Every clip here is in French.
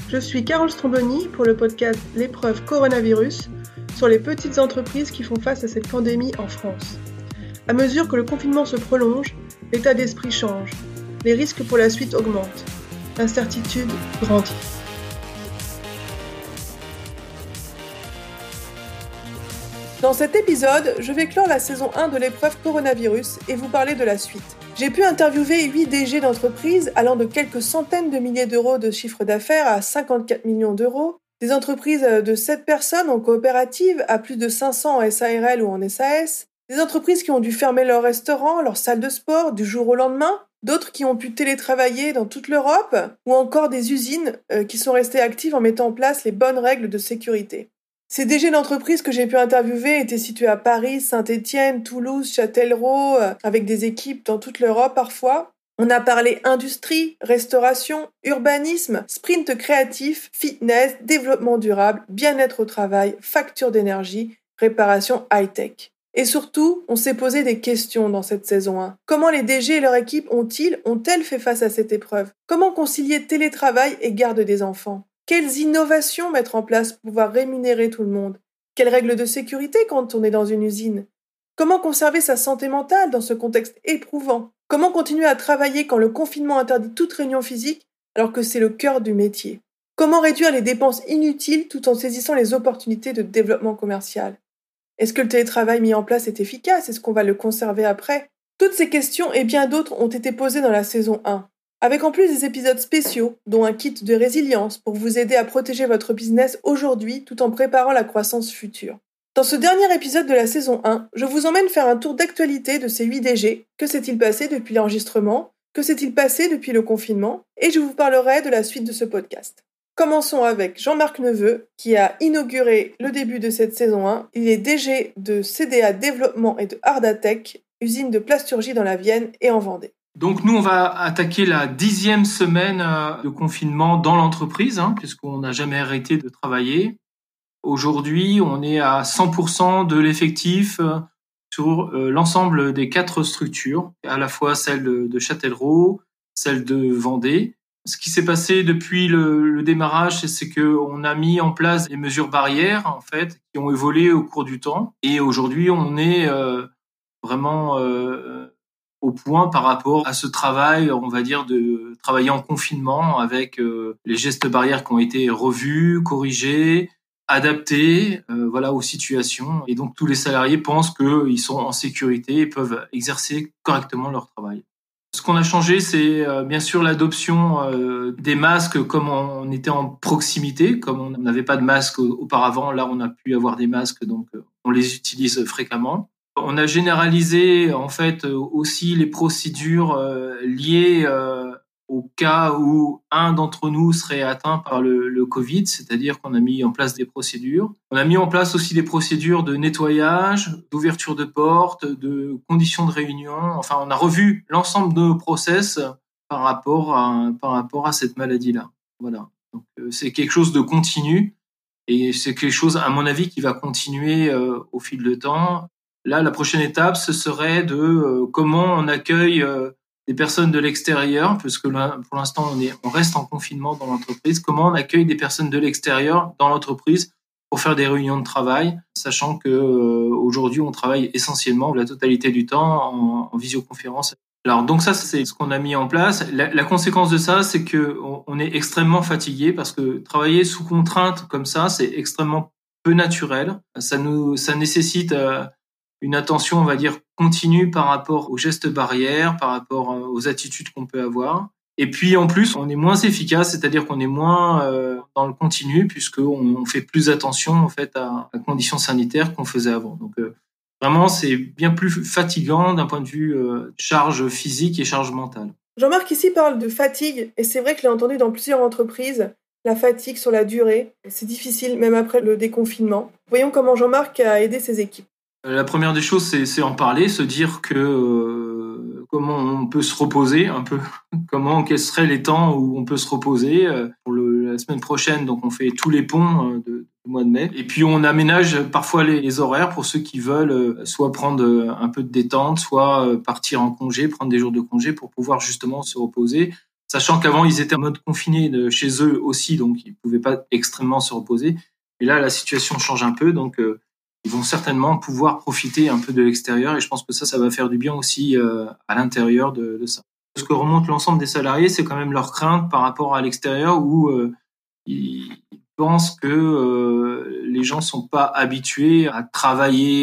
Je suis Carole Stromboni pour le podcast L'épreuve coronavirus sur les petites entreprises qui font face à cette pandémie en France. À mesure que le confinement se prolonge, l'état d'esprit change, les risques pour la suite augmentent, l'incertitude grandit. Dans cet épisode, je vais clore la saison 1 de l'épreuve coronavirus et vous parler de la suite. J'ai pu interviewer 8 DG d'entreprises allant de quelques centaines de milliers d'euros de chiffre d'affaires à 54 millions d'euros, des entreprises de 7 personnes en coopérative à plus de 500 en SARL ou en SAS, des entreprises qui ont dû fermer leurs restaurants, leurs salles de sport du jour au lendemain, d'autres qui ont pu télétravailler dans toute l'Europe, ou encore des usines qui sont restées actives en mettant en place les bonnes règles de sécurité. Ces DG d'entreprises que j'ai pu interviewer étaient situés à Paris, Saint-Étienne, Toulouse, Châtellerault, avec des équipes dans toute l'Europe parfois. On a parlé industrie, restauration, urbanisme, sprint créatif, fitness, développement durable, bien-être au travail, facture d'énergie, réparation high-tech. Et surtout, on s'est posé des questions dans cette saison 1. Comment les DG et leur équipe ont-elles fait face à cette épreuve ? Comment concilier télétravail et garde des enfants ? Quelles innovations mettre en place pour pouvoir rémunérer tout le monde ? Quelles règles de sécurité quand on est dans une usine ? Comment conserver sa santé mentale dans ce contexte éprouvant ? Comment continuer à travailler quand le confinement interdit toute réunion physique alors que c'est le cœur du métier ? Comment réduire les dépenses inutiles tout en saisissant les opportunités de développement commercial ? Est-ce que le télétravail mis en place est efficace ? Est-ce qu'on va le conserver après ? Toutes ces questions et bien d'autres ont été posées dans la saison 1. Avec en plus des épisodes spéciaux, dont un kit de résilience pour vous aider à protéger votre business aujourd'hui tout en préparant la croissance future. Dans ce dernier épisode de la saison 1, je vous emmène faire un tour d'actualité de ces 8 DG. Que s'est-il passé depuis l'enregistrement ? Que s'est-il passé depuis le confinement ? Et je vous parlerai de la suite de ce podcast. Commençons avec Jean-Marc Neveu, qui a inauguré le début de cette saison 1. Il est DG de CDA Développement et de Ardatech, usine de plasturgie dans la Vienne et en Vendée. Donc nous, on va attaquer la 10e semaine de confinement dans l'entreprise, puisqu'on n'a jamais arrêté de travailler. Aujourd'hui, on est à 100% de l'effectif sur l'ensemble des 4 structures, à la fois celle de Châtellerault, celle de Vendée. Ce qui s'est passé depuis le démarrage, c'est qu'on a mis en place des mesures barrières, en fait, qui ont évolué au cours du temps. Et aujourd'hui, on est vraiment au point par rapport à ce travail, on va dire, de travailler en confinement avec les gestes barrières qui ont été revus, corrigés, adaptés aux situations. Et donc, tous les salariés pensent qu'ils sont en sécurité et peuvent exercer correctement leur travail. Ce qu'on a changé, c'est bien sûr l'adoption des masques comme on était en proximité, comme on n'avait pas de masques auparavant. Là, on a pu avoir des masques, donc on les utilise fréquemment. On a généralisé en fait aussi les procédures liées au cas où un d'entre nous serait atteint par le Covid, c'est-à-dire qu'on a mis en place des procédures. On a mis en place aussi des procédures de nettoyage, d'ouverture de portes, de conditions de réunion. Enfin, on a revu l'ensemble de nos process par rapport à cette maladie-là. Voilà. Donc c'est quelque chose de continu et c'est quelque chose, à mon avis, qui va continuer au fil du temps. Là, la prochaine étape, ce serait de comment on accueille des personnes de l'extérieur, parce que là, pour l'instant, on reste en confinement dans l'entreprise. Comment on accueille des personnes de l'extérieur dans l'entreprise pour faire des réunions de travail, sachant que aujourd'hui, on travaille essentiellement la totalité du temps en visioconférence. Alors, donc ça, c'est ce qu'on a mis en place. La conséquence de ça, c'est que on est extrêmement fatigué parce que travailler sous contrainte comme ça, c'est extrêmement peu naturel. Ça nécessite une attention, on va dire, continue par rapport aux gestes barrières, par rapport aux attitudes qu'on peut avoir. Et puis, en plus, on est moins efficace, c'est-à-dire qu'on est moins dans le continu, puisqu'on fait plus attention, en fait, à conditions sanitaires qu'on faisait avant. Donc, vraiment, c'est bien plus fatigant d'un point de vue charge physique et charge mentale. Jean-Marc ici parle de fatigue, et c'est vrai que je l'ai entendu dans plusieurs entreprises. La fatigue sur la durée, c'est difficile, même après le déconfinement. Voyons comment Jean-Marc a aidé ses équipes. La première des choses, c'est en parler, se dire que comment on peut se reposer un peu, quels seraient les temps où on peut se reposer. Pour la semaine prochaine, donc on fait tous les ponts du mois de mai. Et puis on aménage parfois les horaires pour ceux qui veulent soit prendre un peu de détente, soit partir en congé, prendre des jours de congé pour pouvoir justement se reposer. sachant qu'avant, ils étaient en mode confiné de chez eux aussi, donc ils pouvaient pas extrêmement se reposer. Et là, la situation change un peu, donc ils vont certainement pouvoir profiter un peu de l'extérieur, et je pense que ça va faire du bien aussi à l'intérieur de ça. Ce que remonte l'ensemble des salariés, c'est quand même leur crainte par rapport à l'extérieur, où ils pensent que les gens sont pas habitués à travailler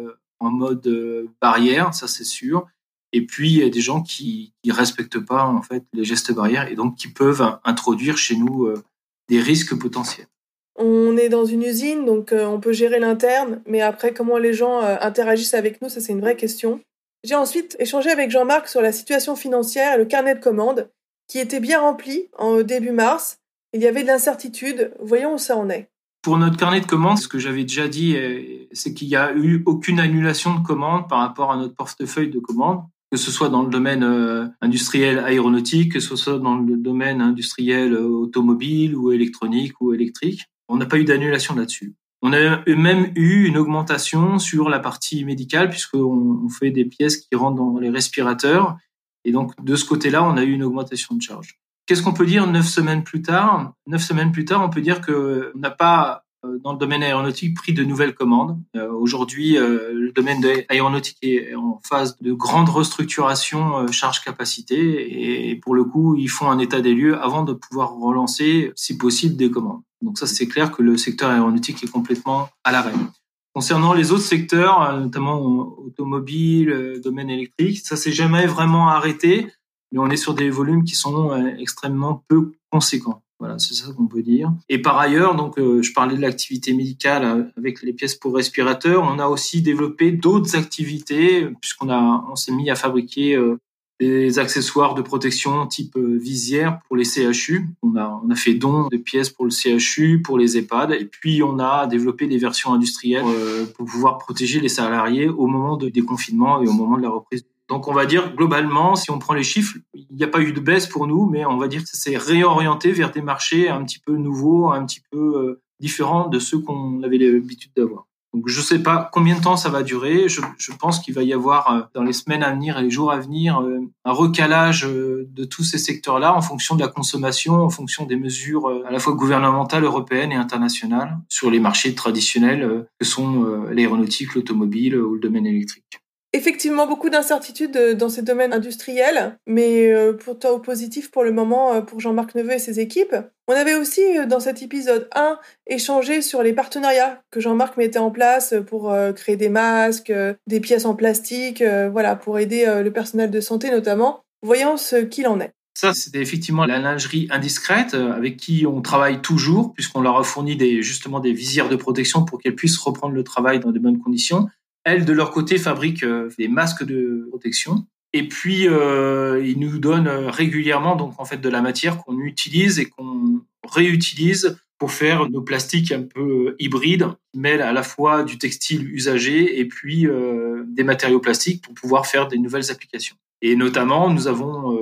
en mode barrière, ça c'est sûr. Et puis il y a des gens qui respectent pas en fait les gestes barrières et donc qui peuvent introduire chez nous des risques potentiels. On est dans une usine, donc on peut gérer l'interne, mais après, comment les gens interagissent avec nous, ça c'est une vraie question. J'ai ensuite échangé avec Jean-Marc sur la situation financière et le carnet de commandes, qui était bien rempli en début mars. Il y avait de l'incertitude. Voyons où ça en est. Pour notre carnet de commandes, ce que j'avais déjà dit, c'est qu'il n'y a eu aucune annulation de commandes par rapport à notre portefeuille de commandes, que ce soit dans le domaine industriel aéronautique, que ce soit dans le domaine industriel automobile ou électronique ou électrique. On n'a pas eu d'annulation là-dessus. On a même eu une augmentation sur la partie médicale puisqu'on fait des pièces qui rentrent dans les respirateurs. Et donc, de ce côté-là, on a eu une augmentation de charge. Qu'est-ce qu'on peut dire 9 semaines plus tard ? 9 semaines plus tard, on peut dire qu'on n'a pas, dans le domaine aéronautique, pris de nouvelles commandes. Aujourd'hui, le domaine aéronautique est en phase de grande restructuration charge-capacité. Et pour le coup, ils font un état des lieux avant de pouvoir relancer, si possible, des commandes. Donc ça, c'est clair que le secteur aéronautique est complètement à l'arrêt. Concernant les autres secteurs, notamment automobile, domaine électrique, ça s'est jamais vraiment arrêté, mais on est sur des volumes qui sont extrêmement peu conséquents. Voilà, c'est ça qu'on peut dire. Et par ailleurs, donc, je parlais de l'activité médicale avec les pièces pour respirateurs. On a aussi développé d'autres activités puisqu'on s'est mis à fabriquer des accessoires de protection type visière pour les CHU. On a fait don de pièces pour le CHU, pour les EHPAD, et puis on a développé des versions industrielles pour pouvoir protéger les salariés au moment des confinements et au moment de la reprise. Donc on va dire globalement, si on prend les chiffres, il n'y a pas eu de baisse pour nous, mais on va dire que ça s'est réorienté vers des marchés un petit peu nouveaux, un petit peu différents de ceux qu'on avait l'habitude d'avoir. Donc je ne sais pas combien de temps ça va durer. Je pense qu'il va y avoir dans les semaines à venir et les jours à venir un recalage de tous ces secteurs-là en fonction de la consommation, en fonction des mesures à la fois gouvernementales, européennes et internationales sur les marchés traditionnels que sont l'aéronautique, l'automobile ou le domaine électrique. Effectivement, beaucoup d'incertitudes dans ces domaines industriels, mais pourtant positif pour le moment pour Jean-Marc Neveu et ses équipes. On avait aussi, dans cet épisode 1, échangé sur les partenariats que Jean-Marc mettait en place pour créer des masques, des pièces en plastique, pour aider le personnel de santé notamment. Voyons ce qu'il en est. Ça, c'était effectivement la lingerie indiscrète avec qui on travaille toujours, puisqu'on leur a fourni justement des visières de protection pour qu'elles puissent reprendre le travail dans de bonnes conditions. Elles, de leur côté, fabriquent des masques de protection. Et puis, ils nous donnent régulièrement donc en fait de la matière qu'on utilise et qu'on réutilise pour faire nos plastiques un peu hybrides, qui mêlent à la fois du textile usagé et puis des matériaux plastiques pour pouvoir faire des nouvelles applications. Et notamment, nous avons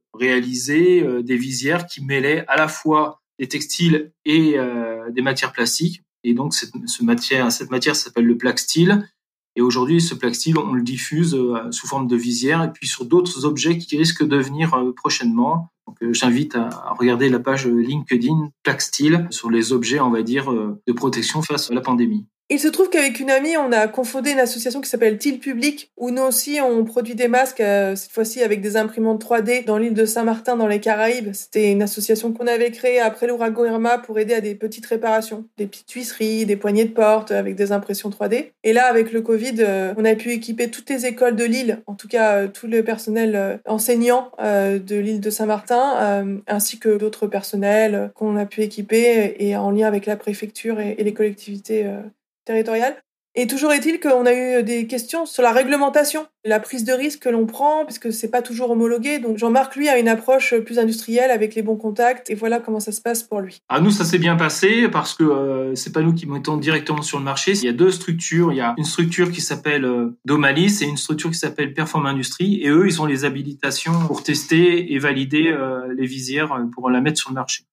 réalisé des visières qui mêlaient à la fois des textiles et des matières plastiques. Et donc, cette matière s'appelle le Plaxtil. Et aujourd'hui, ce Plaxtil, on le diffuse sous forme de visière et puis sur d'autres objets qui risquent de venir prochainement. Donc, j'invite à regarder la page LinkedIn Plaxtil sur les objets, on va dire, de protection face à la pandémie. Il se trouve qu'avec une amie, on a confondé une association qui s'appelle TIL Public, où nous aussi, on produit des masques, cette fois-ci avec des imprimantes 3D dans l'île de Saint-Martin, dans les Caraïbes. C'était une association qu'on avait créée après l'ouragan Irma pour aider à des petites réparations, des petites huisseries, des poignées de porte avec des impressions 3D. Et là, avec le Covid, on a pu équiper toutes les écoles de l'île, en tout cas tout le personnel enseignant de l'île de Saint-Martin, ainsi que d'autres personnels qu'on a pu équiper et en lien avec la préfecture et les collectivités territoriale. Et toujours est-il qu'on a eu des questions sur la réglementation, la prise de risque que l'on prend, parce que c'est pas toujours homologué. Donc Jean-Marc, lui, a une approche plus industrielle avec les bons contacts, et voilà comment ça se passe pour lui. À nous, ça s'est bien passé parce que c'est pas nous qui mettons directement sur le marché. Il y a deux structures. Il y a une structure qui s'appelle Domalis et une structure qui s'appelle Perform Industrie. Et eux, ils ont les habilitations pour tester et valider les visières pour la mettre sur le marché.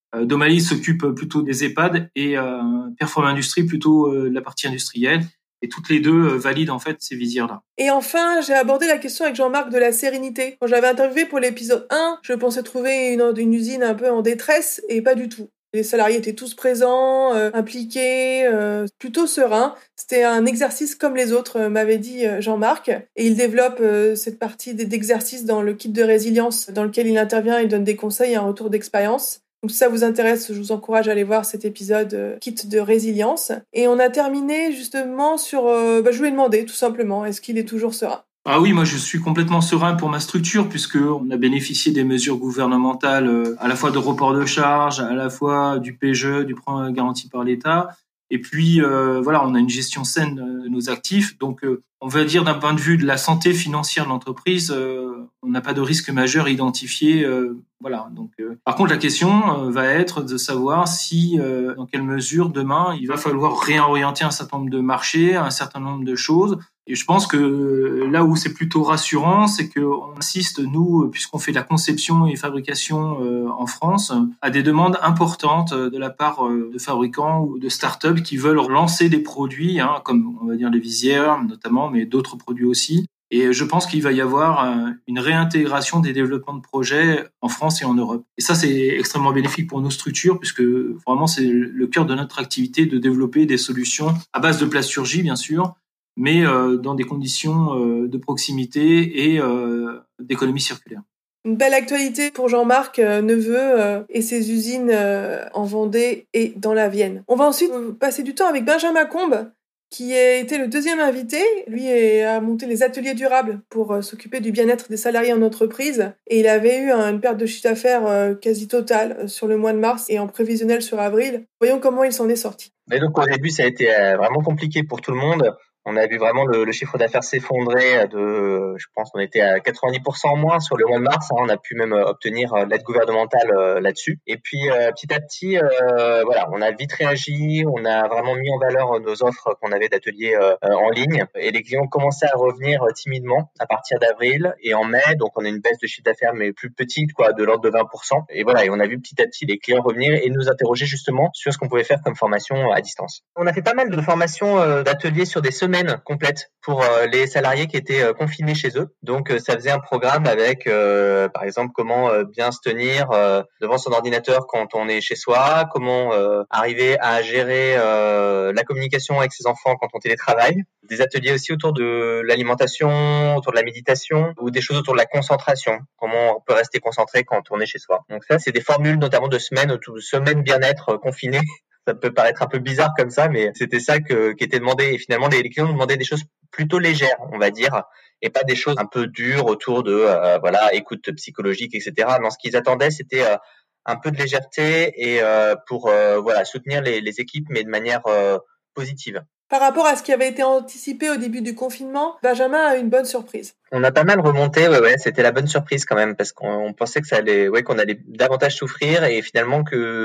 Domalis s'occupe plutôt des EHPAD et Perform Industrie plutôt de la partie industrielle. Et toutes les deux valident en fait ces visières-là. Et enfin, j'ai abordé la question avec Jean-Marc de la sérénité. Quand j'avais interviewé pour l'épisode 1, je pensais trouver une usine un peu en détresse, et pas du tout. Les salariés étaient tous présents, impliqués, plutôt sereins. C'était un exercice comme les autres, m'avait dit Jean-Marc. Et il développe cette partie d'exercice dans le kit de résilience, dans lequel il intervient, il donne des conseils et un retour d'expérience. Donc si ça vous intéresse, je vous encourage à aller voir cet épisode kit de résilience. Et on a terminé justement sur... je lui ai demandé tout simplement, est-ce qu'il est toujours serein ? Ah oui, moi je suis complètement serein pour ma structure puisque on a bénéficié des mesures gouvernementales à la fois de report de charges, à la fois du PGE, du prêt garanti par l'État. Et puis voilà, on a une gestion saine de nos actifs. Donc on va dire d'un point de vue de la santé financière de l'entreprise, on n'a pas de risque majeur identifié. Voilà. Donc par contre la question va être de savoir si dans quelle mesure demain il va falloir réorienter un certain nombre de marchés, un certain nombre de choses. Et je pense que là où c'est plutôt rassurant, c'est qu'on assiste, nous, puisqu'on fait de la conception et fabrication en France, à des demandes importantes de la part de fabricants ou de start-up qui veulent lancer des produits, comme on va dire les visières notamment, mais d'autres produits aussi. Et je pense qu'il va y avoir une réintégration des développements de projets en France et en Europe. Et ça, c'est extrêmement bénéfique pour nos structures, puisque vraiment, c'est le cœur de notre activité de développer des solutions à base de plasturgie, bien sûr, mais dans des conditions de proximité et d'économie circulaire. Une belle actualité pour Jean-Marc Neveu et ses usines en Vendée et dans la Vienne. On va ensuite passer du temps avec Benjamin Combe, qui a été le deuxième invité. Lui a monté les ateliers durables pour s'occuper du bien-être des salariés en entreprise. Et il avait eu une perte de chiffre d'affaires quasi totale sur le mois de mars et en prévisionnel sur avril. Voyons comment il s'en est sorti. Mais donc au début, ça a été vraiment compliqué pour tout le monde. On a vu vraiment le chiffre d'affaires s'effondrer je pense qu'on était à 90% en moins sur le mois de mars. On a pu même obtenir l'aide gouvernementale là-dessus. Et puis petit à petit, voilà, on a vite réagi. On a vraiment mis en valeur nos offres qu'on avait d'ateliers en ligne. Et les clients commençaient à revenir timidement à partir d'avril et en mai. Donc on a une baisse de chiffre d'affaires mais plus petite, de l'ordre de 20%. Et voilà, et on a vu petit à petit les clients revenir et nous interroger justement sur ce qu'on pouvait faire comme formation à distance. On a fait pas mal de formations d'ateliers sur des semaines complètes pour les salariés qui étaient confinés chez eux. Donc ça faisait un programme avec par exemple comment bien se tenir devant son ordinateur quand on est chez soi, comment arriver à gérer la communication avec ses enfants quand on télétravaille, des ateliers aussi autour de l'alimentation, autour de la méditation ou des choses autour de la concentration, comment on peut rester concentré quand on est chez soi. Donc ça, c'est des formules notamment de semaines bien-être confinées. Ça peut paraître un peu bizarre comme ça, mais c'était ça qui était demandé. Et finalement, les clients nous demandaient des choses plutôt légères, on va dire, et pas des choses un peu dures autour de écoute psychologique, etc. Non, ce qu'ils attendaient, c'était un peu de légèreté et pour soutenir les équipes, mais de manière positive. Par rapport à ce qui avait été anticipé au début du confinement, Benjamin a une bonne surprise. On a pas mal remonté, c'était la bonne surprise quand même parce qu'on pensait que ça allait, qu'on allait davantage souffrir et finalement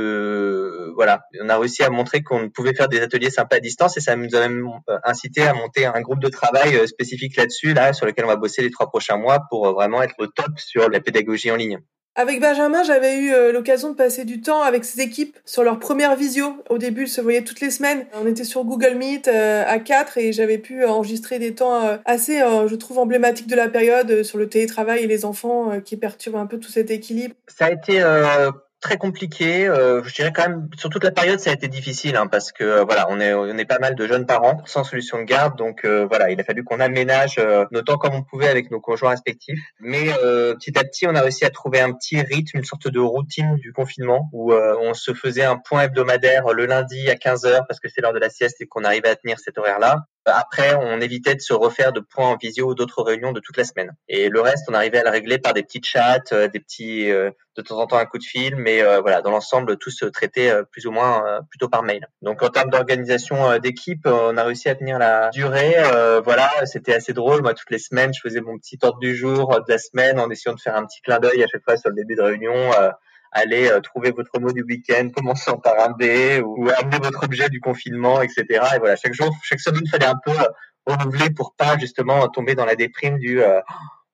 on a réussi à montrer qu'on pouvait faire des ateliers sympas à distance et ça nous a même incité à monter un groupe de travail spécifique là-dessus, sur lequel on va bosser les 3 prochains mois pour vraiment être au top sur la pédagogie en ligne. Avec Benjamin, j'avais eu l'occasion de passer du temps avec ses équipes sur leur première visio. Au début, ils se voyaient toutes les semaines. On était sur Google Meet à 4 et j'avais pu enregistrer des temps assez, je trouve, emblématiques de la période sur le télétravail et les enfants qui perturbent un peu tout cet équilibre. Ça a été très compliqué. Je dirais quand même sur toute la période ça a été difficile parce que on est pas mal de jeunes parents sans solution de garde, donc il a fallu qu'on aménage nos temps comme on pouvait avec nos conjoints respectifs. Mais petit à petit on a réussi à trouver un petit rythme, une sorte de routine du confinement où on se faisait un point hebdomadaire le lundi à 15h parce que c'est l'heure de la sieste et qu'on arrivait à tenir cet horaire-là. Après, on évitait de se refaire de points en visio ou d'autres réunions de toute la semaine. Et le reste, on arrivait à le régler par des petits chats, de temps en temps un coup de fil, mais dans l'ensemble, tout se traitait plus ou moins plutôt par mail. Donc, en termes d'organisation d'équipe, on a réussi à tenir la durée. C'était assez drôle. Moi, toutes les semaines, je faisais mon petit ordre du jour de la semaine en essayant de faire un petit clin d'œil à chaque fois sur le début de réunion. Allez trouver votre mot du week-end, commençant par un B ou amener votre objet du confinement, etc. Et chaque semaine, il fallait un peu renouveler pour pas justement tomber dans la déprime du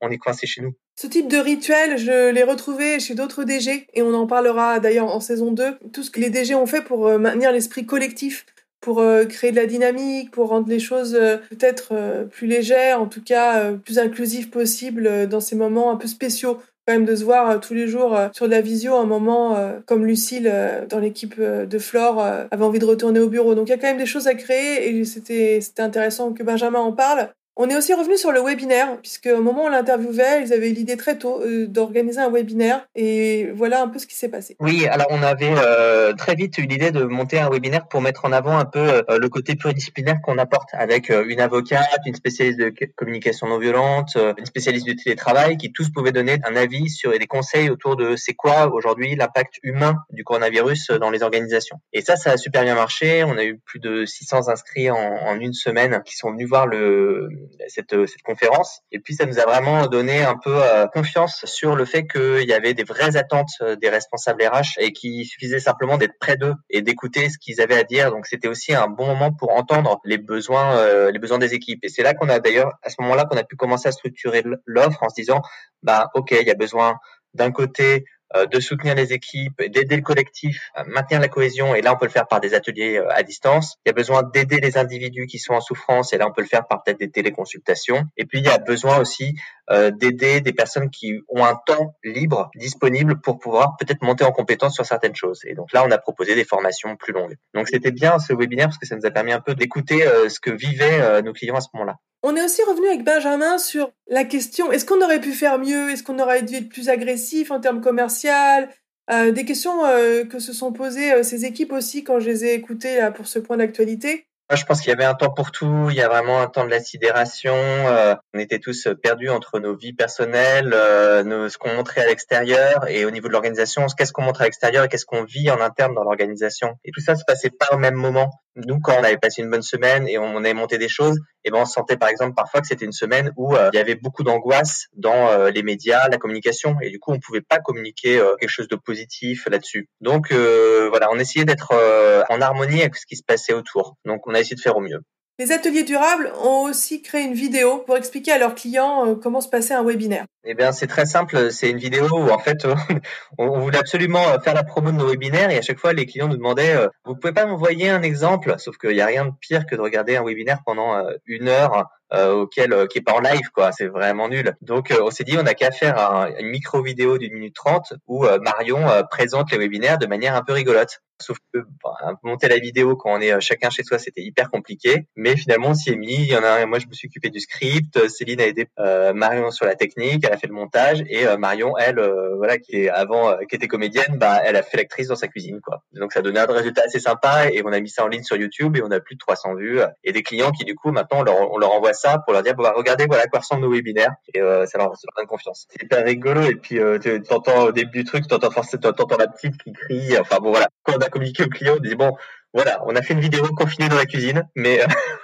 on est coincé chez nous. Ce type de rituel, je l'ai retrouvé chez d'autres DG et on en parlera d'ailleurs en saison 2. Tout ce que les DG ont fait pour maintenir l'esprit collectif, pour créer de la dynamique, pour rendre les choses peut-être plus légères, en tout cas plus inclusives possible dans ces moments un peu spéciaux. Quand même de se voir tous les jours sur de la visio, un moment comme Lucille dans l'équipe de Flore avait envie de retourner au bureau. Donc il y a quand même des choses à créer et c'était intéressant que Benjamin en parle. On est aussi revenu sur le webinaire, puisque au moment où on l'interviewait, ils avaient eu l'idée très tôt d'organiser un webinaire, et voilà un peu ce qui s'est passé. Oui, alors on avait très vite eu l'idée de monter un webinaire pour mettre en avant un peu le côté pluridisciplinaire qu'on apporte, avec une avocate, une spécialiste de communication non violente, une spécialiste du télétravail, qui tous pouvaient donner un avis sur et des conseils autour de c'est quoi aujourd'hui l'impact humain du coronavirus dans les organisations. Et ça a super bien marché. On a eu plus de 600 inscrits en une semaine qui sont venus voir cette conférence. Et puis ça nous a vraiment donné un peu confiance sur le fait qu'il y avait des vraies attentes des responsables RH et qu'il suffisait simplement d'être près d'eux et d'écouter ce qu'ils avaient à dire. Donc c'était aussi un bon moment pour entendre les besoins des équipes. Et c'est là qu'on a d'ailleurs, à ce moment-là, qu'on a pu commencer à structurer l'offre en se disant, ok, il y a besoin d'un côté de soutenir les équipes, d'aider le collectif, à maintenir la cohésion, et là on peut le faire par des ateliers à distance. Il y a besoin d'aider les individus qui sont en souffrance, et là on peut le faire par peut-être des téléconsultations. Et puis il y a besoin aussi d'aider des personnes qui ont un temps libre disponible pour pouvoir peut-être monter en compétence sur certaines choses. Et donc là on a proposé des formations plus longues. Donc c'était bien ce webinaire parce que ça nous a permis un peu d'écouter ce que vivaient nos clients à ce moment-là. On est aussi revenu avec Benjamin sur la question, est-ce qu'on aurait pu faire mieux? Est-ce qu'on aurait dû être plus agressif en termes commerciaux? Des questions que se sont posées ces équipes aussi quand je les ai écoutées pour ce point d'actualité. Moi, je pense qu'il y avait un temps pour tout. Il y a vraiment un temps de la sidération. On était tous perdus entre nos vies personnelles, ce qu'on montrait à l'extérieur, et au niveau de l'organisation, qu'est-ce qu'on montre à l'extérieur et qu'est-ce qu'on vit en interne dans l'organisation. Et tout ça se passait pas au même moment. Nous, quand on avait passé une bonne semaine et on avait monté des choses, on sentait par exemple parfois que c'était une semaine où il y avait beaucoup d'angoisse dans les médias, la communication, et du coup on pouvait pas communiquer quelque chose de positif là-dessus. Donc voilà, on essayait d'être en harmonie avec ce qui se passait autour. Donc on a essayé de faire au mieux. Les ateliers durables ont aussi créé une vidéo pour expliquer à leurs clients comment se passait un webinaire. C'est très simple. C'est une vidéo où en fait on voulait absolument faire la promo de nos webinaires, et à chaque fois les clients nous demandaient vous pouvez pas m'envoyer un exemple, sauf qu'il y a rien de pire que de regarder un webinaire pendant une heure qui est pas en live, quoi. C'est vraiment nul. Donc on s'est dit on n'a qu'à faire une micro vidéo d'1 minute 30 où Marion présente les webinaires de manière un peu rigolote. Sauf que monter la vidéo quand on est chacun chez soi, c'était hyper compliqué. Mais finalement, on s'y est mis. Moi, je me suis occupé du script. Céline a aidé Marion sur la technique. Elle a fait le montage. Et Marion, elle, qui était comédienne, elle a fait l'actrice dans sa cuisine, quoi. Donc, ça donnait un résultat assez sympa. Et on a mis ça en ligne sur YouTube et on a plus de 300 vues. Et des clients qui, du coup, maintenant, on leur envoie ça pour leur dire, regardez, voilà à quoi ressemblent nos webinaires. Et ça leur donne confiance. C'est hyper rigolo. Et puis, t'entends au début du truc, t'entends la petite qui crie. Enfin, bon, voilà. Quand on a communiqué au client, on dit voilà, on a fait une vidéo confinée dans la cuisine, mais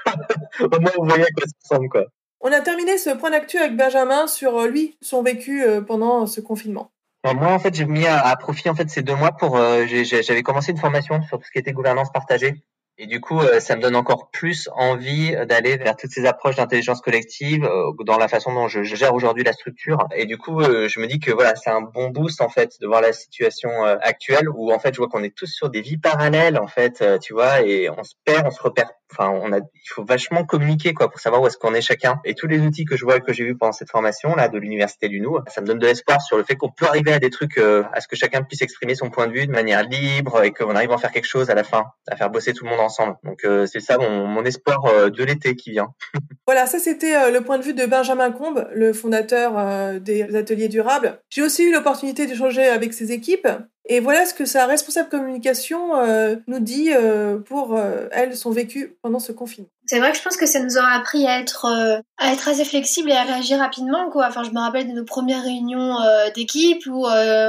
au moins vous voyez à quoi ça ressemble, quoi. On a terminé ce point d'actu avec Benjamin sur son vécu pendant ce confinement. Moi, en fait, j'ai mis à profit ces 2 mois pour j'avais commencé une formation sur tout ce qui était gouvernance partagée. Et du coup, ça me donne encore plus envie d'aller vers toutes ces approches d'intelligence collective dans la façon dont je gère aujourd'hui la structure. Et du coup, je me dis que voilà, c'est un bon boost en fait de voir la situation actuelle où en fait, je vois qu'on est tous sur des vies parallèles en fait, tu vois, et on se perd, on se repère. Enfin, il faut vachement communiquer quoi pour savoir où est-ce qu'on est chacun. Et tous les outils que j'ai vus pendant cette formation là de l'université du Nou, ça me donne de l'espoir sur le fait qu'on peut arriver à des trucs, à ce que chacun puisse exprimer son point de vue de manière libre et qu'on arrive à en faire quelque chose à la fin, à faire bosser tout le monde ensemble. Donc c'est ça mon espoir de l'été qui vient. Voilà, ça c'était le point de vue de Benjamin Combe, le fondateur des ateliers durables. J'ai aussi eu l'opportunité d'échanger avec ses équipes. Et voilà ce que sa responsable communication nous dit pour elle, son vécu pendant ce confinement. C'est vrai que je pense que ça nous aura appris à être assez flexible et à réagir rapidement, quoi. Enfin, je me rappelle de nos premières réunions d'équipe où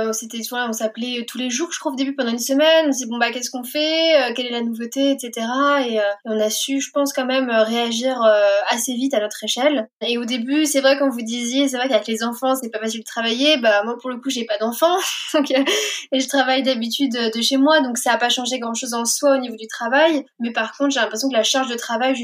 on s'appelait tous les jours, je crois, au début pendant une semaine. On s'est dit qu'est-ce qu'on fait, quelle est la nouveauté, etc. Et on a su, je pense, quand même réagir assez vite à notre échelle. Et au début, c'est vrai, comme vous disiez, c'est vrai qu'avec les enfants, c'est pas facile de travailler. Moi, pour le coup, j'ai pas d'enfants, donc et je travaille d'habitude de chez moi, donc ça a pas changé grand-chose en soi au niveau du travail. Mais par contre, j'ai l'impression que la charge de travail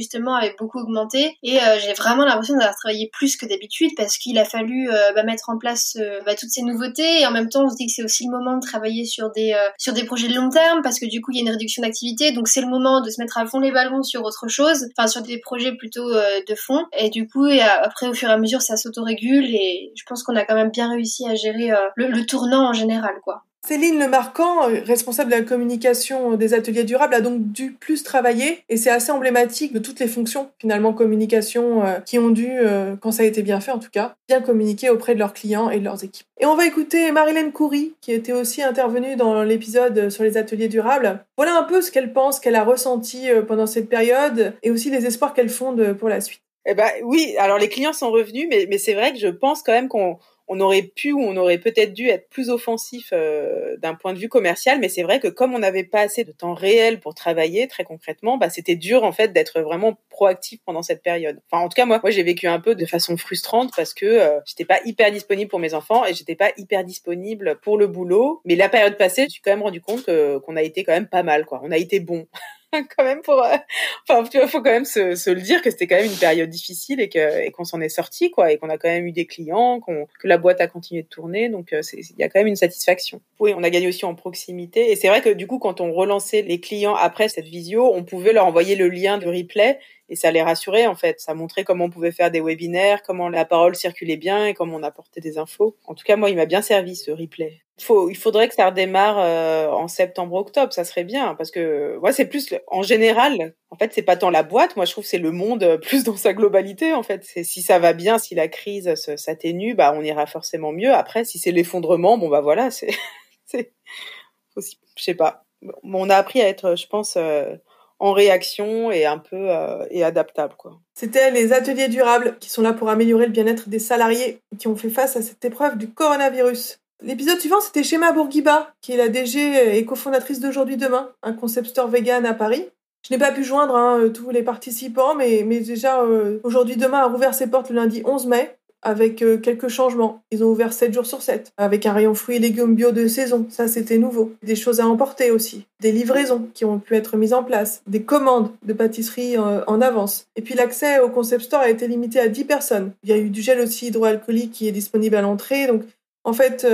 justement avait beaucoup augmenté et j'ai vraiment l'impression d'avoir travaillé plus que d'habitude parce qu'il a fallu mettre en place toutes ces nouveautés et en même temps on se dit que c'est aussi le moment de travailler sur des projets de long terme parce que du coup il y a une réduction d'activité, donc c'est le moment de se mettre à fond les ballons sur autre chose, enfin sur des projets plutôt de fond, et du coup après au fur et à mesure ça s'autorégule et je pense qu'on a quand même bien réussi à gérer le tournant en général, quoi. Céline Lemarquand, responsable de la communication des ateliers durables, a donc dû plus travailler et c'est assez emblématique de toutes les fonctions, finalement, communication, qui ont dû, quand ça a été bien fait en tout cas, bien communiquer auprès de leurs clients et de leurs équipes. Et on va écouter Marilène Coury, qui était aussi intervenue dans l'épisode sur les ateliers durables. Voilà un peu ce qu'elle pense, qu'elle a ressenti pendant cette période et aussi les espoirs qu'elle fonde pour la suite. Oui, alors les clients sont revenus, mais c'est vrai que je pense quand même qu'on aurait pu ou on aurait peut-être dû être plus offensif d'un point de vue commercial, mais c'est vrai que comme on n'avait pas assez de temps réel pour travailler très concrètement, c'était dur en fait d'être vraiment proactif pendant cette période. Enfin, en tout cas moi j'ai vécu un peu de façon frustrante parce que j'étais pas hyper disponible pour mes enfants et j'étais pas hyper disponible pour le boulot. Mais la période passée, je me suis quand même rendu compte qu'on a été quand même pas mal, quoi. On a été bon. Quand même tu vois, faut quand même se le dire que c'était quand même une période difficile et qu'on s'en est sorti, quoi, et qu'on a quand même eu des clients, que la boîte a continué de tourner, donc il y a quand même une satisfaction. Oui, on a gagné aussi en proximité et c'est vrai que du coup quand on relançait les clients après cette visio, on pouvait leur envoyer le lien du replay et ça les rassurait en fait, ça montrait comment on pouvait faire des webinaires, comment la parole circulait bien et comment on apportait des infos. En tout cas, moi il m'a bien servi ce replay. Il faudrait que ça redémarre en septembre-octobre, ça serait bien, parce que moi c'est plus en général, en fait c'est pas tant la boîte, moi je trouve que c'est le monde plus dans sa globalité en fait. C'est si ça va bien, si la crise s'atténue, on ira forcément mieux. Après si c'est l'effondrement, voilà, c'est aussi, je sais pas. On a appris à être, je pense, en réaction et un peu et adaptable, quoi. C'était les ateliers durables qui sont là pour améliorer le bien-être des salariés qui ont fait face à cette épreuve du coronavirus. L'épisode suivant, c'était Shema Bourguiba, qui est la DG et cofondatrice d'Aujourd'hui Demain, un concept store vegan à Paris. Je n'ai pas pu joindre tous les participants, mais déjà, Aujourd'hui Demain a rouvert ses portes le lundi 11 mai, avec quelques changements. Ils ont ouvert 7 jours sur 7, avec un rayon fruits et légumes bio de saison, ça c'était nouveau. Des choses à emporter aussi, des livraisons qui ont pu être mises en place, des commandes de pâtisserie en avance. Et puis l'accès au concept store a été limité à 10 personnes. Il y a eu du gel aussi hydroalcoolique qui est disponible à l'entrée, donc en fait,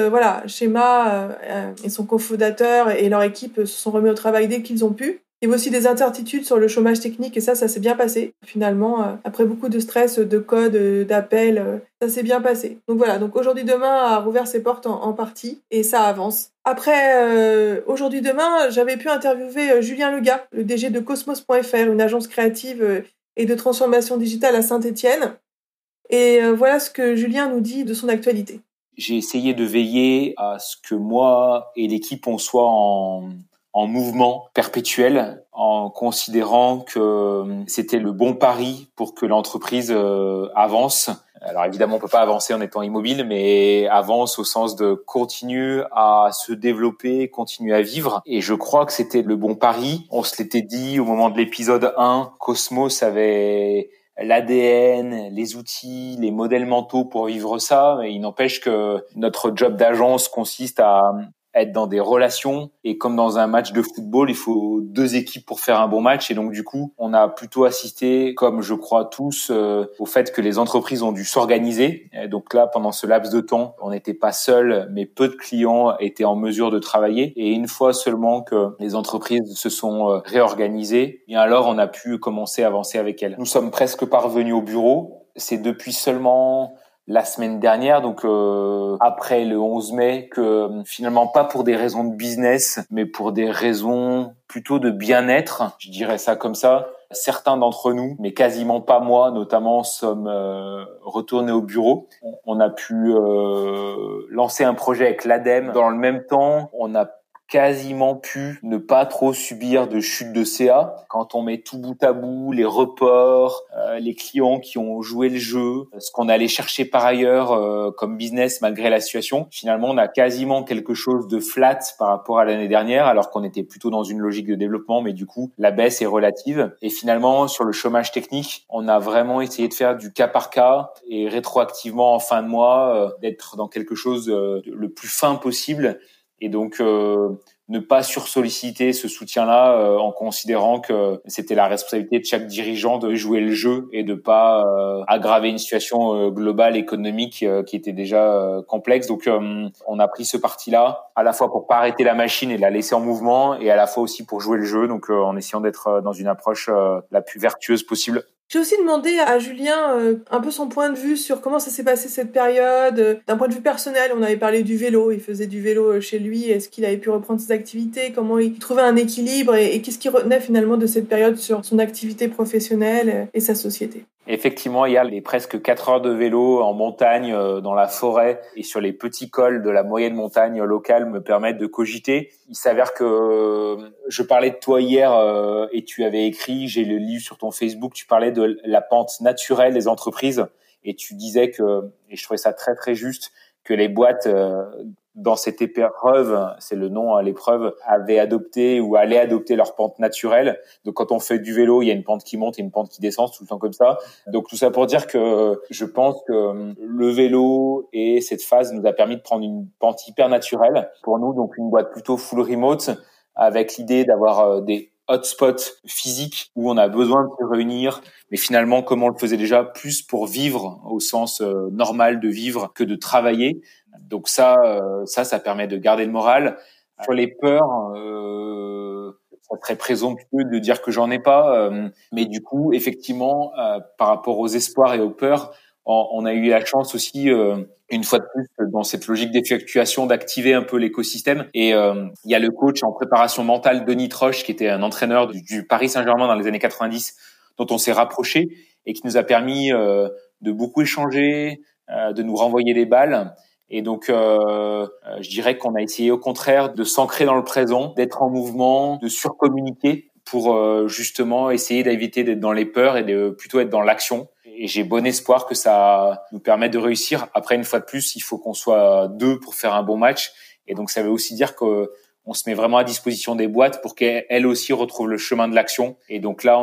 Shema et son cofondateur et leur équipe se sont remis au travail dès qu'ils ont pu. Il y avait aussi des incertitudes sur le chômage technique et ça s'est bien passé. Finalement, après beaucoup de stress, de codes, d'appels, ça s'est bien passé. Donc voilà, Aujourd'hui Demain a rouvert ses portes en partie et ça avance. Après Aujourd'hui Demain, j'avais pu interviewer Julien Legat, le DG de Cosmos.fr, une agence créative et de transformation digitale à Saint-Étienne. Et voilà ce que Julien nous dit de son actualité. J'ai essayé de veiller à ce que moi et l'équipe, on soit en mouvement perpétuel, en considérant que c'était le bon pari pour que l'entreprise avance. Alors évidemment, on peut pas avancer en étant immobile, mais avance au sens de continue à se développer, continue à vivre. Et je crois que c'était le bon pari. On se l'était dit au moment de l'épisode 1, Cosmos avait l'ADN, les outils, les modèles mentaux pour vivre ça. Mais il n'empêche que notre job d'agence consiste à être dans des relations et comme dans un match de football, il faut 2 équipes pour faire un bon match et donc du coup, on a plutôt assisté, comme je crois tous, au fait que les entreprises ont dû s'organiser. Et donc là, pendant ce laps de temps, on n'était pas seul, mais peu de clients étaient en mesure de travailler et une fois seulement que les entreprises se sont réorganisées, bien alors on a pu commencer à avancer avec elles. Nous sommes presque parvenus au bureau. C'est depuis seulement la semaine dernière, donc après le 11 mai, que finalement pas pour des raisons de business, mais pour des raisons plutôt de bien-être, je dirais ça comme ça. Certains d'entre nous, mais quasiment pas moi, notamment, sommes retournés au bureau. On a pu lancer un projet avec l'ADEME. Dans le même temps, on a quasiment pu ne pas trop subir de chute de CA. Quand on met tout bout à bout, les reports, les clients qui ont joué le jeu, ce qu'on allait chercher par ailleurs comme business malgré la situation, finalement on a quasiment quelque chose de flat par rapport à l'année dernière, alors qu'on était plutôt dans une logique de développement, mais du coup la baisse est relative. Et finalement sur le chômage technique, on a vraiment essayé de faire du cas par cas et rétroactivement en fin de mois d'être dans quelque chose le plus fin possible. Et donc, ne pas sursolliciter ce soutien-là en considérant que c'était la responsabilité de chaque dirigeant de jouer le jeu et de pas aggraver une situation globale économique qui était déjà complexe. Donc on a pris ce parti-là à la fois pour pas arrêter la machine et la laisser en mouvement et à la fois aussi pour jouer le jeu, donc en essayant d'être dans une approche la plus vertueuse possible. J'ai aussi demandé à Julien un peu son point de vue sur comment ça s'est passé cette période. D'un point de vue personnel, on avait parlé du vélo, il faisait du vélo chez lui, est-ce qu'il avait pu reprendre ses activités, comment il trouvait un équilibre et qu'est-ce qu'il retenait finalement de cette période sur son activité professionnelle et sa société. Effectivement, il y a les presque 4 heures de vélo en montagne, dans la forêt et sur les petits cols de la moyenne montagne locale me permettent de cogiter. Il s'avère que je parlais de toi hier et tu avais écrit, j'ai le livre sur ton Facebook, tu parlais de la pente naturelle des entreprises et tu disais que, et je trouvais ça très très juste, que les boîtes dans cette épreuve, c'est le nom, l'épreuve, avaient adopté ou allaient adopter leur pente naturelle. Donc quand on fait du vélo, il y a une pente qui monte et une pente qui descend, tout le temps comme ça. Donc tout ça pour dire que je pense que le vélo et cette phase nous a permis de prendre une pente hyper naturelle. Pour nous, donc une boîte plutôt full remote, avec l'idée d'avoir des hotspots physiques où on a besoin de se réunir, mais finalement, comme on le faisait déjà, plus pour vivre au sens normal de vivre que de travailler. Donc ça permet de garder le moral. Sur les peurs, ça serait présomptueux de dire que j'en ai pas, mais du coup, effectivement, par rapport aux espoirs et aux peurs, on a eu la chance aussi, une fois de plus, dans cette logique d'effectuation, d'activer un peu l'écosystème. Et il y a le coach en préparation mentale, Denis Troche, qui était un entraîneur du Paris Saint-Germain dans les années 90, dont on s'est rapproché et qui nous a permis de beaucoup échanger, de nous renvoyer les balles. Et donc, je dirais qu'on a essayé au contraire de s'ancrer dans le présent, d'être en mouvement, de surcommuniquer pour justement essayer d'éviter d'être dans les peurs et de plutôt être dans l'action. Et j'ai bon espoir que ça nous permette de réussir. Après, une fois de plus, il faut qu'on soit 2 pour faire un bon match. Et donc, ça veut aussi dire qu'on se met vraiment à disposition des boîtes pour qu'elles aussi retrouvent le chemin de l'action. Et donc là,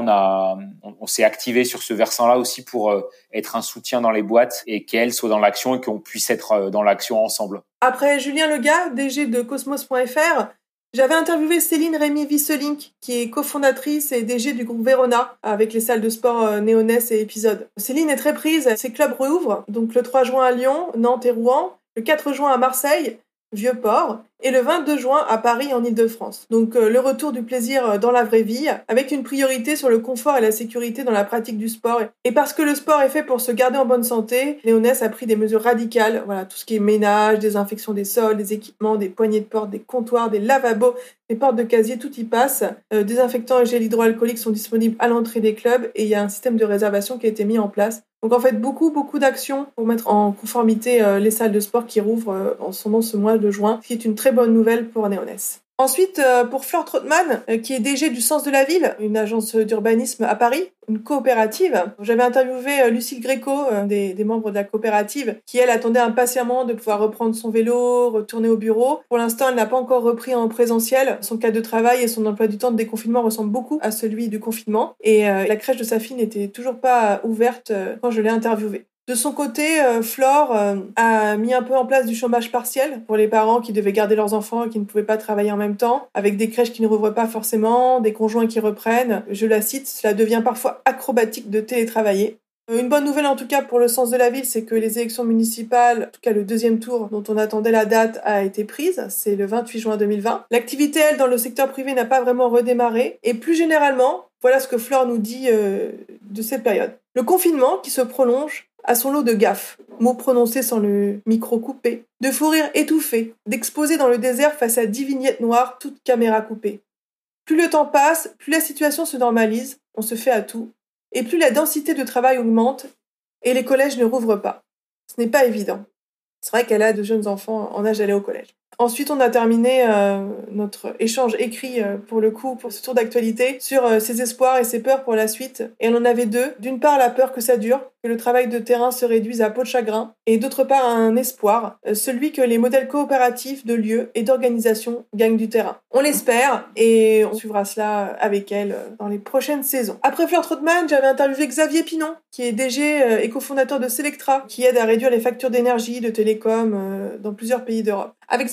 on s'est activé sur ce versant-là aussi pour être un soutien dans les boîtes et qu'elles soient dans l'action et qu'on puisse être dans l'action ensemble. Après Julien Lega, DG de Cosmos.fr, j'avais interviewé Céline Rémy-Visselink, qui est cofondatrice et DG du groupe Verona, avec les salles de sport Néonès et Épisode. Céline est très prise, ses clubs rouvrent, donc le 3 juin à Lyon, Nantes et Rouen, le 4 juin à Marseille, Vieux-Port, et le 22 juin à Paris en Île-de-France. Donc le retour du plaisir dans la vraie vie, avec une priorité sur le confort et la sécurité dans la pratique du sport. Et parce que le sport est fait pour se garder en bonne santé, Néonès a pris des mesures radicales. Voilà, tout ce qui est ménage, désinfection des sols, des équipements, des poignées de porte, des comptoirs, des lavabos, des portes de casier, tout y passe. Désinfectants et gel hydroalcoolique sont disponibles à l'entrée des clubs et il y a un système de réservation qui a été mis en place. Donc en fait, beaucoup d'actions pour mettre en conformité les salles de sport qui rouvrent en ce mois de juin, ce qui est une très bonne nouvelle pour Néonès. Ensuite, pour Fleur Trottmann, qui est DG du Sens de la Ville, une agence d'urbanisme à Paris, une coopérative. J'avais interviewé Lucille Gréco, des membres de la coopérative, qui elle attendait impatiemment de pouvoir reprendre son vélo, retourner au bureau. Pour l'instant, elle n'a pas encore repris en présentiel. Son cadre de travail et son emploi du temps de déconfinement ressemblent beaucoup à celui du confinement. Et la crèche de sa fille n'était toujours pas ouverte quand je l'ai interviewée. De son côté, Flore a mis un peu en place du chômage partiel pour les parents qui devaient garder leurs enfants et qui ne pouvaient pas travailler en même temps, avec des crèches qui ne rouvrent pas forcément, des conjoints qui reprennent. Je la cite, cela devient parfois acrobatique de télétravailler. Une bonne nouvelle en tout cas pour le Sens de la Ville, c'est que les élections municipales, en tout cas le 2e tour dont on attendait la date, a été prise, c'est le 28 juin 2020. L'activité, elle, dans le secteur privé n'a pas vraiment redémarré. Et plus généralement, voilà ce que Flore nous dit de cette période. Le confinement qui se prolonge à son lot de gaffes, mots prononcés sans le micro coupé, de fou rires étouffés, d'exposer dans le désert face à 10 vignettes noires, toutes caméras coupées. Plus le temps passe, plus la situation se normalise, on se fait à tout, et plus la densité de travail augmente, et les collèges ne rouvrent pas. Ce n'est pas évident. C'est vrai qu'elle a de jeunes enfants en âge d'aller au collège. Ensuite, on a terminé notre échange écrit, pour le coup, pour ce tour d'actualité, sur ses espoirs et ses peurs pour la suite. Et on en avait 2. D'une part, la peur que ça dure, que le travail de terrain se réduise à peau de chagrin. Et d'autre part, un espoir, celui que les modèles coopératifs de lieux et d'organisation gagnent du terrain. On l'espère, et on suivra cela avec elle dans les prochaines saisons. Après Fleur Trottmann, j'avais interviewé Xavier Pinon, qui est DG et cofondateur de Selectra, qui aide à réduire les factures d'énergie, de télécom dans plusieurs pays d'Europe. Avec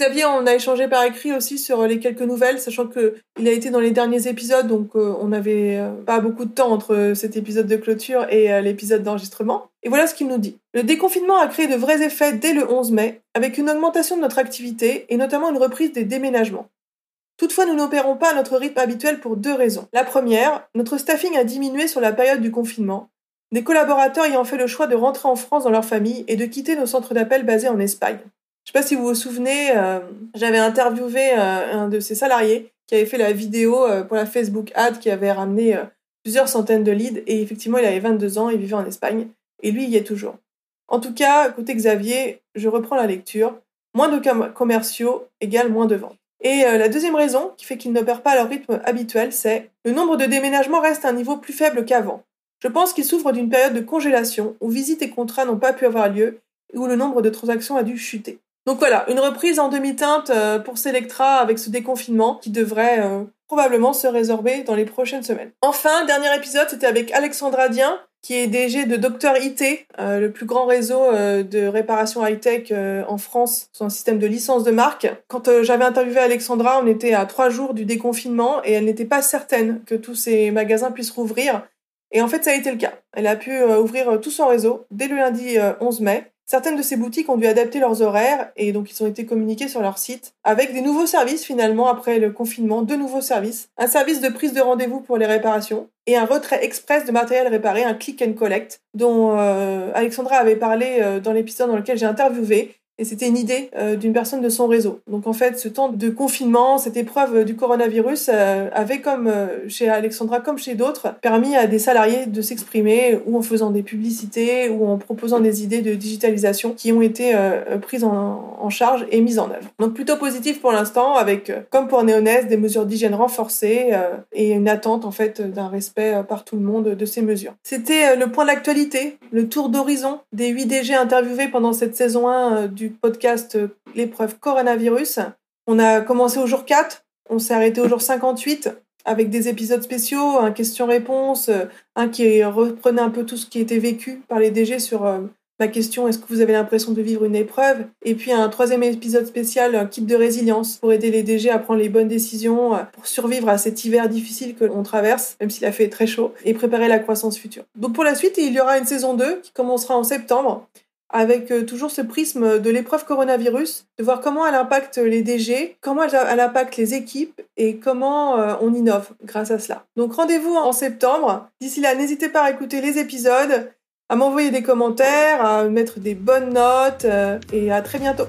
Xavier, on a échangé par écrit aussi sur les quelques nouvelles, sachant qu'il a été dans les derniers épisodes, donc on n'avait pas beaucoup de temps entre cet épisode de clôture et l'épisode d'enregistrement. Et voilà ce qu'il nous dit. Le déconfinement a créé de vrais effets dès le 11 mai, avec une augmentation de notre activité et notamment une reprise des déménagements. Toutefois, nous n'opérons pas à notre rythme habituel pour 2 raisons. La première, notre staffing a diminué sur la période du confinement, des collaborateurs ayant fait le choix de rentrer en France dans leur famille et de quitter nos centres d'appel basés en Espagne. Je ne sais pas si vous vous souvenez, j'avais interviewé un de ces salariés qui avait fait la vidéo pour la Facebook Ad qui avait ramené plusieurs centaines de leads et effectivement il avait 22 ans, il vivait en Espagne et lui il y est toujours. En tout cas, côté Xavier, je reprends la lecture, moins de commerciaux égale moins de ventes. Et la deuxième raison qui fait qu'ils n'opèrent pas à leur rythme habituel, c'est le nombre de déménagements reste à un niveau plus faible qu'avant. Je pense qu'ils souffrent d'une période de congélation où visites et contrats n'ont pas pu avoir lieu et où le nombre de transactions a dû chuter. Donc voilà, une reprise en demi-teinte pour Selectra avec ce déconfinement qui devrait probablement se résorber dans les prochaines semaines. Enfin, dernier épisode, c'était avec Alexandra Dien, qui est DG de Docteur IT, le plus grand réseau de réparation high-tech en France, sur un système de licence de marque. Quand j'avais interviewé Alexandra, on était à 3 jours du déconfinement et elle n'était pas certaine que tous ces magasins puissent rouvrir. Et en fait, ça a été le cas. Elle a pu ouvrir tout son réseau dès le lundi 11 mai. Certaines de ces boutiques ont dû adapter leurs horaires et donc ils ont été communiqués sur leur site avec des nouveaux services finalement après le confinement, 2 nouveaux services. Un service de prise de rendez-vous pour les réparations et un retrait express de matériel réparé, un click and collect dont Alexandra avait parlé dans l'épisode dans lequel j'ai interviewé. Et c'était une idée d'une personne de son réseau. Donc en fait, ce temps de confinement, cette épreuve du coronavirus avait, comme chez Alexandra, comme chez d'autres, permis à des salariés de s'exprimer ou en faisant des publicités ou en proposant des idées de digitalisation qui ont été prises en charge et mises en œuvre. Donc plutôt positif pour l'instant, avec, comme pour Néonès, des mesures d'hygiène renforcées et une attente en fait d'un respect par tout le monde de ces mesures. C'était le point d'actualité, le tour d'horizon des 8 DG interviewés pendant cette saison 1 du podcast L'épreuve coronavirus. On a commencé au jour 4, on s'est arrêté au jour 58 avec des épisodes spéciaux, un question-réponse, un qui reprenait un peu tout ce qui était vécu par les DG sur ma question « Est-ce que vous avez l'impression de vivre une épreuve ?» Et puis un 3e épisode spécial, kit de résilience, pour aider les DG à prendre les bonnes décisions, pour survivre à cet hiver difficile que l'on traverse, même s'il a fait très chaud, et préparer la croissance future. Donc pour la suite, il y aura une saison 2 qui commencera en septembre, avec toujours ce prisme de l'épreuve coronavirus, de voir comment elle impacte les DG, comment elle impacte les équipes et comment on innove grâce à cela. Donc rendez-vous en septembre. D'ici là, n'hésitez pas à écouter les épisodes, à m'envoyer des commentaires, à mettre des bonnes notes et à très bientôt.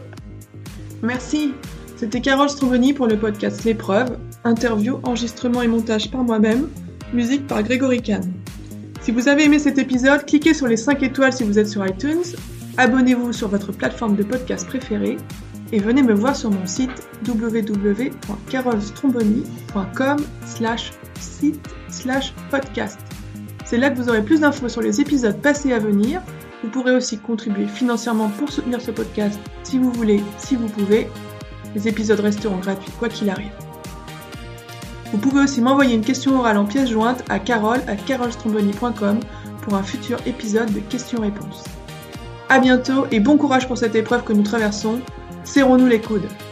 Merci. C'était Carole Stromboni pour le podcast L'épreuve, interview, enregistrement et montage par moi-même, musique par Grégory Kahn. Si vous avez aimé cet épisode, cliquez sur les 5 étoiles si vous êtes sur iTunes, abonnez-vous sur votre plateforme de podcast préférée et venez me voir sur mon site www.carolstromboni.com/site/podcast. C'est là que vous aurez plus d'infos sur les épisodes passés à venir. Vous pourrez aussi contribuer financièrement pour soutenir ce podcast si vous voulez, si vous pouvez. Les épisodes resteront gratuits quoi qu'il arrive. Vous pouvez aussi m'envoyer une question orale en pièce jointe à carole@carolstromboni.com pour un futur épisode de questions-réponses. À bientôt et bon courage pour cette épreuve que nous traversons. Serrons-nous les coudes.